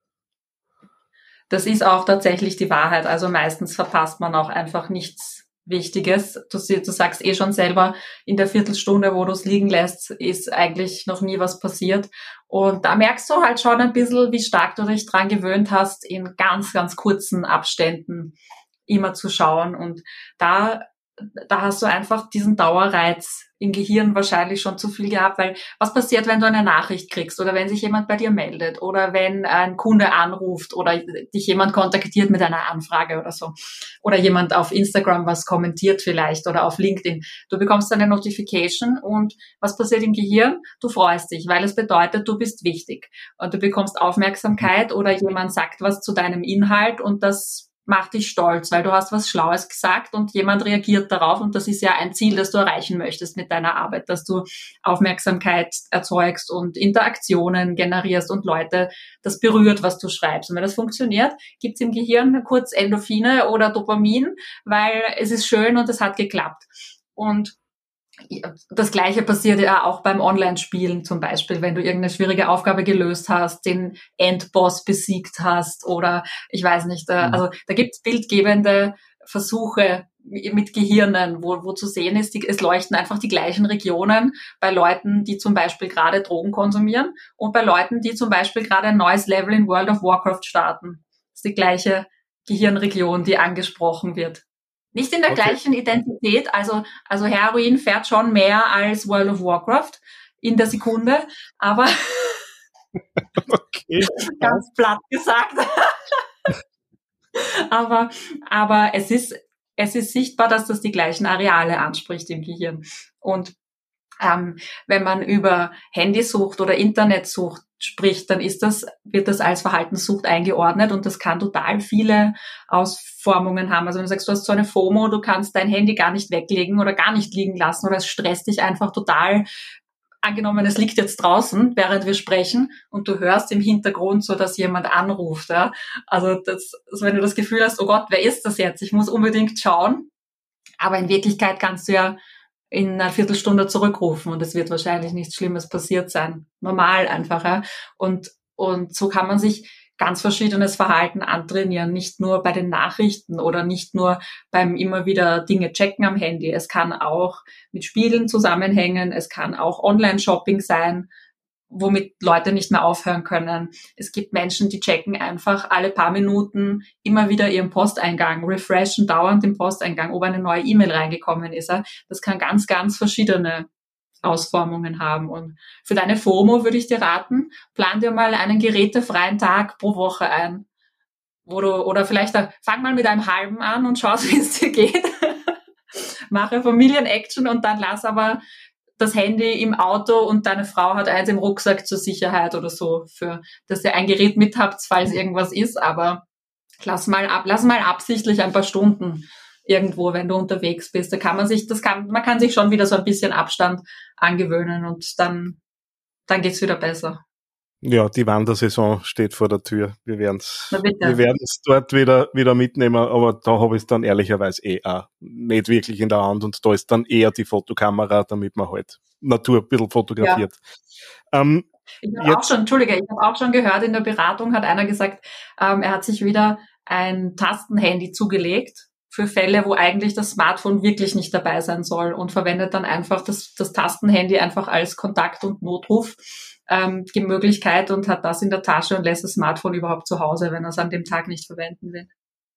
Das ist auch tatsächlich die Wahrheit. Also meistens verpasst man auch einfach nichts Wichtiges. Du, du sagst eh schon selber, in der Viertelstunde, wo du es liegen lässt, ist eigentlich noch nie was passiert. Und da merkst du halt schon ein bisschen, wie stark du dich dran gewöhnt hast, in ganz, ganz kurzen Abständen immer zu schauen. Und da, da hast du einfach diesen Dauerreiz im Gehirn wahrscheinlich schon zu viel gehabt, weil was passiert, wenn du eine Nachricht kriegst oder wenn sich jemand bei dir meldet oder wenn ein Kunde anruft oder dich jemand kontaktiert mit einer Anfrage oder so oder jemand auf Instagram was kommentiert vielleicht oder auf LinkedIn. Du bekommst eine Notification und was passiert im Gehirn? Du freust dich, weil es bedeutet, du bist wichtig und du bekommst Aufmerksamkeit oder jemand sagt was zu deinem Inhalt und das macht dich stolz, weil du hast was Schlaues gesagt und jemand reagiert darauf und das ist ja ein Ziel, das du erreichen möchtest mit deiner Arbeit, dass du Aufmerksamkeit erzeugst und Interaktionen generierst und Leute das berührt, was du schreibst. Und wenn das funktioniert, gibt's im Gehirn kurz Endorphine oder Dopamin, weil es ist schön und es hat geklappt. Und das Gleiche passiert ja auch beim Online-Spielen zum Beispiel, wenn du irgendeine schwierige Aufgabe gelöst hast, den Endboss besiegt hast oder ich weiß nicht, also da gibt's bildgebende Versuche mit Gehirnen, wo, wo zu sehen ist, die, es leuchten einfach die gleichen Regionen bei Leuten, die zum Beispiel gerade Drogen konsumieren und bei Leuten, die zum Beispiel gerade ein neues Level in World of Warcraft starten. Das ist die gleiche Gehirnregion, die angesprochen wird. Nicht in der okay. gleichen Identität, also, also Heroin fährt schon mehr als World of Warcraft in der Sekunde, aber okay. ganz platt gesagt. aber, aber es ist, es ist sichtbar, dass das die gleichen Areale anspricht im Gehirn. Und ähm, wenn man über Handysucht oder Internetsucht spricht, dann ist das, wird das als Verhaltenssucht eingeordnet und das kann total viele Ausformungen haben. Also wenn du sagst, du hast so eine FOMO, du kannst dein Handy gar nicht weglegen oder gar nicht liegen lassen oder es stresst dich einfach total. Angenommen, es liegt jetzt draußen, während wir sprechen und du hörst im Hintergrund so, dass jemand anruft. Ja? Also, das, also wenn du das Gefühl hast, oh Gott, wer ist das jetzt? Ich muss unbedingt schauen. Aber in Wirklichkeit kannst du ja in einer Viertelstunde zurückrufen und es wird wahrscheinlich nichts Schlimmes passiert sein. Normal einfach. Ja? Und, und so kann man sich ganz verschiedenes Verhalten antrainieren, nicht nur bei den Nachrichten oder nicht nur beim immer wieder Dinge checken am Handy. Es kann auch mit Spielen zusammenhängen, es kann auch Online-Shopping sein, womit Leute nicht mehr aufhören können. Es gibt Menschen, die checken einfach alle paar Minuten immer wieder ihren Posteingang, refreshen dauernd den Posteingang, ob eine neue E-Mail reingekommen ist. Das kann ganz, ganz verschiedene Ausformungen haben. Und für deine FOMO würde ich dir raten, plan dir mal einen gerätefreien Tag pro Woche ein. Wo du, oder vielleicht fang mal mit einem halben an und schau, wie es dir geht. Mache Familien-Action und dann lass aber das Handy im Auto und deine Frau hat eins im Rucksack zur Sicherheit oder so, für, dass ihr ein Gerät mit habt, falls irgendwas ist, aber lass mal ab, lass mal absichtlich ein paar Stunden irgendwo, wenn du unterwegs bist. Da kann man sich, das kann, man kann sich schon wieder so ein bisschen Abstand angewöhnen und dann, dann geht's wieder besser. Ja, die Wandersaison steht vor der Tür. Wir werden's, wir werden's dort wieder, wieder mitnehmen, aber da habe ich es dann ehrlicherweise eh auch nicht wirklich in der Hand und da ist dann eher die Fotokamera, damit man halt Natur ein bisschen fotografiert. Ja. Ähm, ich habe auch schon, Entschuldige, ich habe auch schon gehört, in der Beratung hat einer gesagt, ähm, er hat sich wieder ein Tastenhandy zugelegt für Fälle, wo eigentlich das Smartphone wirklich nicht dabei sein soll und verwendet dann einfach das, das Tastenhandy einfach als Kontakt- und Notruf. Ähm, die Möglichkeit und hat das in der Tasche und lässt das Smartphone überhaupt zu Hause, wenn er es an dem Tag nicht verwenden will.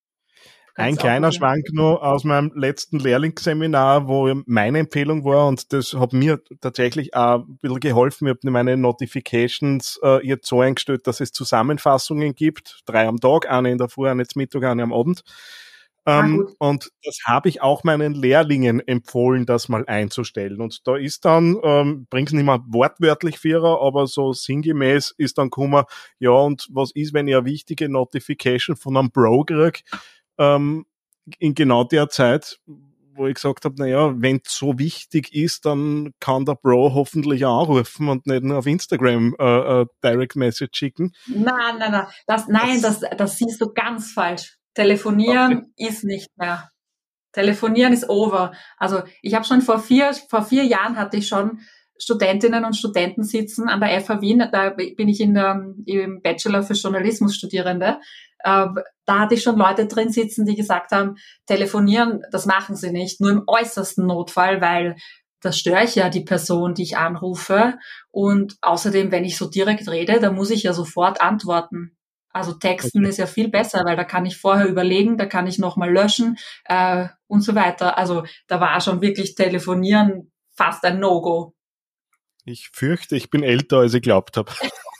Ein kleiner Schwank nur aus meinem letzten Lehrlingsseminar, wo meine Empfehlung war und das hat mir tatsächlich auch ein bisschen geholfen. Ich habe meine Notifications äh, jetzt so eingestellt, dass es Zusammenfassungen gibt. Drei am Tag, eine in der Früh, eine zum Mittag, eine am Abend. Ähm, ah, und das habe ich auch meinen Lehrlingen empfohlen, das mal einzustellen. Und da ist dann, ähm, bring's nicht mal wortwörtlich vierer, aber so sinngemäß ist dann gekommen, ja, und was ist, wenn ich eine wichtige Notification von einem Bro krieg, ähm, in genau der Zeit, wo ich gesagt habe, naja, wenn es so wichtig ist, dann kann der Bro hoffentlich anrufen und nicht nur auf Instagram äh, äh, Direct Message schicken. Nein, nein, nein, das, nein, das, das siehst du ganz falsch. Telefonieren okay. ist nicht mehr. Telefonieren ist over. Also ich habe schon vor vier, vor vier Jahren hatte ich schon Studentinnen und Studenten sitzen an der F H Wien. Da bin ich in der, im Bachelor für Journalismusstudierende. Äh, da hatte ich schon Leute drin sitzen, die gesagt haben, telefonieren, das machen sie nicht, nur im äußersten Notfall, weil das störe ich ja die Person, die ich anrufe. Und außerdem, wenn ich so direkt rede, dann muss ich ja sofort antworten. Also Texten okay. ist ja viel besser, weil da kann ich vorher überlegen, da kann ich nochmal löschen äh, und so weiter. Also da war schon wirklich Telefonieren fast ein No-Go. Ich fürchte, ich bin älter, als ich glaubt habe.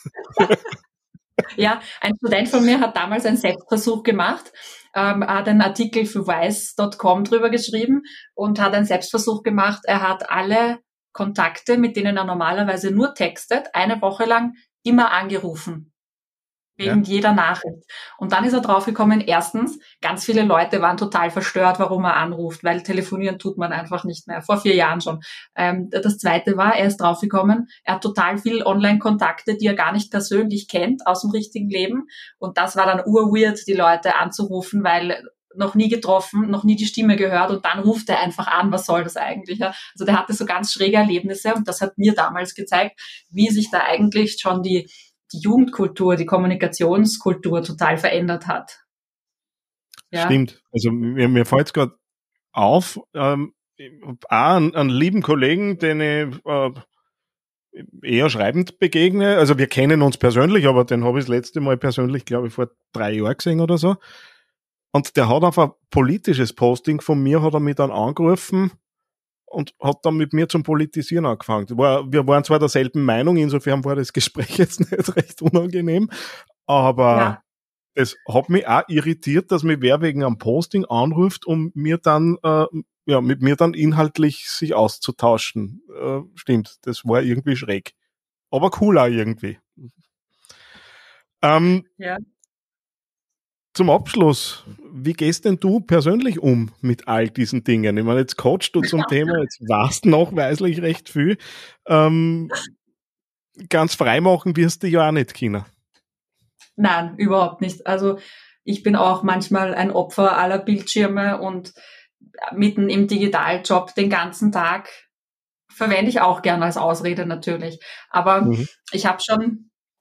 Ja, ein Student von mir hat damals einen Selbstversuch gemacht, ähm, hat einen Artikel für Weiß Punkt com drüber geschrieben und hat einen Selbstversuch gemacht. Er hat alle Kontakte, mit denen er normalerweise nur textet, eine Woche lang immer angerufen. Wegen ja. jeder Nachricht. Und dann ist er draufgekommen, erstens, ganz viele Leute waren total verstört, warum er anruft, weil telefonieren tut man einfach nicht mehr. Vor vier Jahren schon. Ähm, das Zweite war, er ist draufgekommen, er hat total viel Online-Kontakte, die er gar nicht persönlich kennt, aus dem richtigen Leben. Und das war dann urweird, die Leute anzurufen, weil noch nie getroffen, noch nie die Stimme gehört und dann ruft er einfach an, was soll das eigentlich? Ja? Also der hatte so ganz schräge Erlebnisse und das hat mir damals gezeigt, wie sich da eigentlich schon die die Jugendkultur, die Kommunikationskultur total verändert hat. Ja. Stimmt. Also mir, mir fällt es gerade auf, ähm, auch einen, einen lieben Kollegen, den ich äh, eher schreibend begegne. Also wir kennen uns persönlich, aber den habe ich das letzte Mal persönlich, glaube ich, vor drei Jahren gesehen oder so. Und der hat auf ein politisches Posting von mir, hat er mich dann angerufen und hat dann mit mir zum Politisieren angefangen. War, wir waren zwar derselben Meinung, insofern war das Gespräch jetzt nicht recht unangenehm, aber ja. es hat mich auch irritiert, dass mich wer wegen einem Posting anruft, um mir dann, äh, ja, mit mir dann inhaltlich sich auszutauschen. Äh, stimmt, das war irgendwie schräg. Aber cool auch irgendwie. Ähm, ja. Zum Abschluss, wie gehst denn du persönlich um mit all diesen Dingen? Ich meine, jetzt coachst du zum Thema, jetzt weißt du nachweislich recht viel. Ähm, ganz frei machen wirst du ja auch nicht, Kina. Nein, überhaupt nicht. Also ich bin auch manchmal ein Opfer aller Bildschirme und mitten im Digitaljob den ganzen Tag verwende ich auch gerne als Ausrede natürlich. Aber mhm. ich habe schon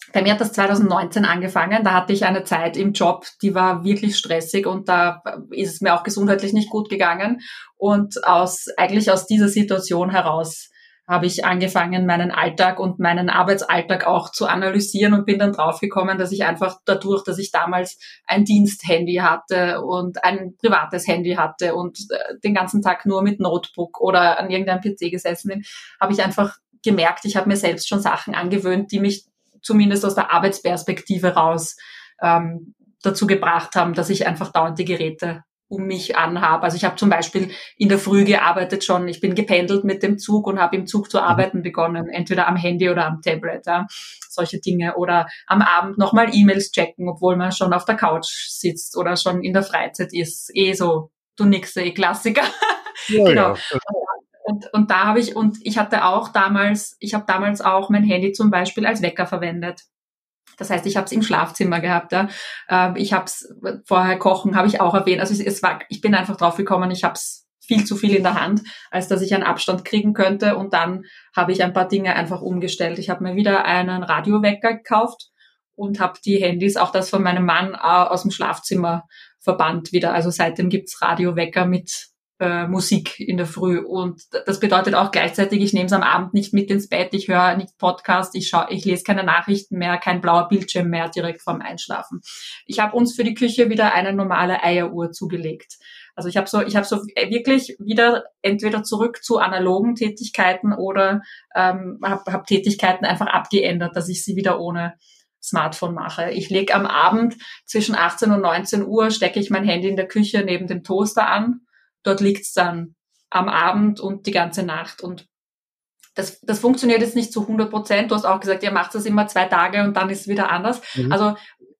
Bei mir hat das zwanzig neunzehn angefangen. Da hatte ich eine Zeit im Job, die war wirklich stressig und da ist es mir auch gesundheitlich nicht gut gegangen. Und aus eigentlich aus dieser Situation heraus habe ich angefangen, meinen Alltag und meinen Arbeitsalltag auch zu analysieren und bin dann draufgekommen, dass ich einfach dadurch, dass ich damals ein Diensthandy hatte und ein privates Handy hatte und den ganzen Tag nur mit Notebook oder an irgendeinem P C gesessen bin, habe ich einfach gemerkt, ich habe mir selbst schon Sachen angewöhnt, die mich zumindest aus der Arbeitsperspektive raus ähm, dazu gebracht haben, dass ich einfach dauernd die Geräte um mich anhabe. Also ich habe zum Beispiel in der Früh gearbeitet schon, ich bin gependelt mit dem Zug und habe im Zug zu arbeiten begonnen, entweder am Handy oder am Tablet, ja, solche Dinge. Oder am Abend nochmal E-Mails checken, obwohl man schon auf der Couch sitzt oder schon in der Freizeit ist. Eh so, du nix, eh Klassiker. Ja, genau. ja. Und, und da habe ich, und ich hatte auch damals, ich habe damals auch mein Handy zum Beispiel als Wecker verwendet. Das heißt, ich habe es im Schlafzimmer gehabt. Ja. Ich habe es vorher kochen, habe ich auch erwähnt. Also es, es war, ich bin einfach drauf gekommen, ich habe es viel zu viel in der Hand, als dass ich einen Abstand kriegen könnte. Und dann habe ich ein paar Dinge einfach umgestellt. Ich habe mir wieder einen Radiowecker gekauft und habe die Handys, auch das von meinem Mann, aus dem Schlafzimmer verbannt wieder. Also seitdem gibt's Radiowecker mit äh, Musik in der Früh. Und das bedeutet auch gleichzeitig, ich nehme es am Abend nicht mit ins Bett, ich höre nicht Podcast, ich schaue, ich lese keine Nachrichten mehr, kein blauer Bildschirm mehr direkt vorm Einschlafen. Ich habe uns für die Küche wieder eine normale Eieruhr zugelegt. Also ich habe so, ich habe so wirklich wieder entweder zurück zu analogen Tätigkeiten oder ähm, habe hab Tätigkeiten einfach abgeändert, dass ich sie wieder ohne Smartphone mache. Ich lege am Abend zwischen achtzehn und neunzehn Uhr, stecke ich mein Handy in der Küche neben dem Toaster an. Dort liegt's dann am Abend und die ganze Nacht. Und das, das funktioniert jetzt nicht zu hundert Prozent. Du hast auch gesagt, ihr macht das immer zwei Tage und dann ist es wieder anders. Mhm. Also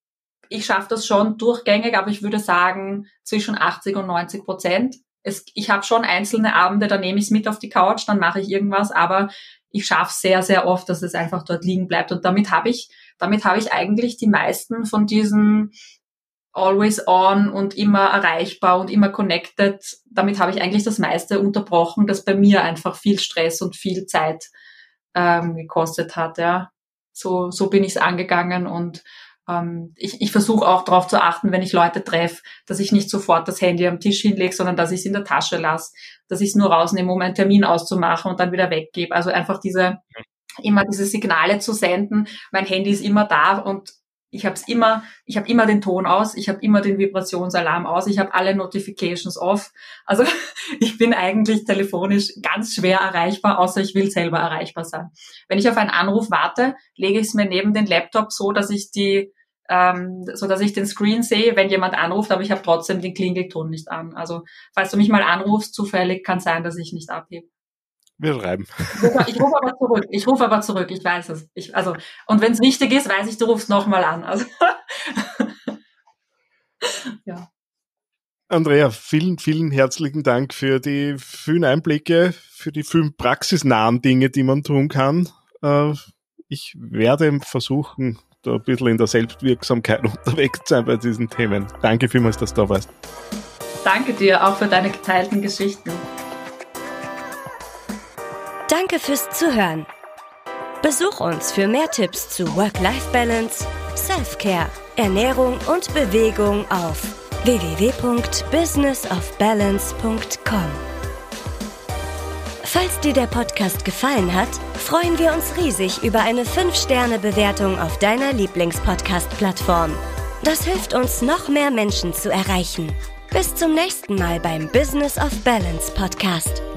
ich schaffe das schon durchgängig, aber ich würde sagen zwischen achtzig und neunzig Prozent. Es, ich habe schon einzelne Abende, da nehme ich es mit auf die Couch, dann mache ich irgendwas, aber ich schaffe sehr, sehr oft, dass es einfach dort liegen bleibt. Und damit habe ich, damit habe ich eigentlich die meisten von diesen always on und immer erreichbar und immer connected, damit habe ich eigentlich das meiste unterbrochen, das bei mir einfach viel Stress und viel Zeit ähm, gekostet hat. Ja, so so bin ich es angegangen und ähm, ich, ich versuche auch darauf zu achten, wenn ich Leute treffe, dass ich nicht sofort das Handy am Tisch hinlege, sondern dass ich es in der Tasche lasse, dass ich es nur rausnehme, um einen Termin auszumachen und dann wieder weggebe. Also einfach diese immer diese Signale zu senden. Mein Handy ist immer da und Ich habe es immer, ich habe immer den Ton aus, ich habe immer den Vibrationsalarm aus, ich habe alle Notifications off. Also ich bin eigentlich telefonisch ganz schwer erreichbar, außer ich will selber erreichbar sein. Wenn ich auf einen Anruf warte, lege ich es mir neben den Laptop so, dass ich die, ähm, so dass ich den Screen sehe, wenn jemand anruft, aber ich habe trotzdem den Klingelton nicht an. Also falls du mich mal anrufst, zufällig kann sein, dass ich nicht abhebe. Wir schreiben. Ich rufe aber zurück. Ich rufe aber zurück. Ich weiß es. Ich, also, und wenn es wichtig ist, weiß ich, du rufst nochmal an. Also, ja. Andrea, vielen, vielen herzlichen Dank für die vielen Einblicke, für die vielen praxisnahen Dinge, die man tun kann. Ich werde versuchen, da ein bisschen in der Selbstwirksamkeit unterwegs zu sein bei diesen Themen. Danke vielmals, dass du da warst. Danke dir auch für deine geteilten Geschichten. Danke fürs Zuhören. Besuch uns für mehr Tipps zu Work-Life-Balance, Self-Care, Ernährung und Bewegung auf w w w punkt business of balance punkt com. Falls dir der Podcast gefallen hat, freuen wir uns riesig über eine fünf Sterne Bewertung auf deiner Lieblings-Podcast-Plattform. Das hilft uns, noch mehr Menschen zu erreichen. Bis zum nächsten Mal beim Business of Balance Podcast.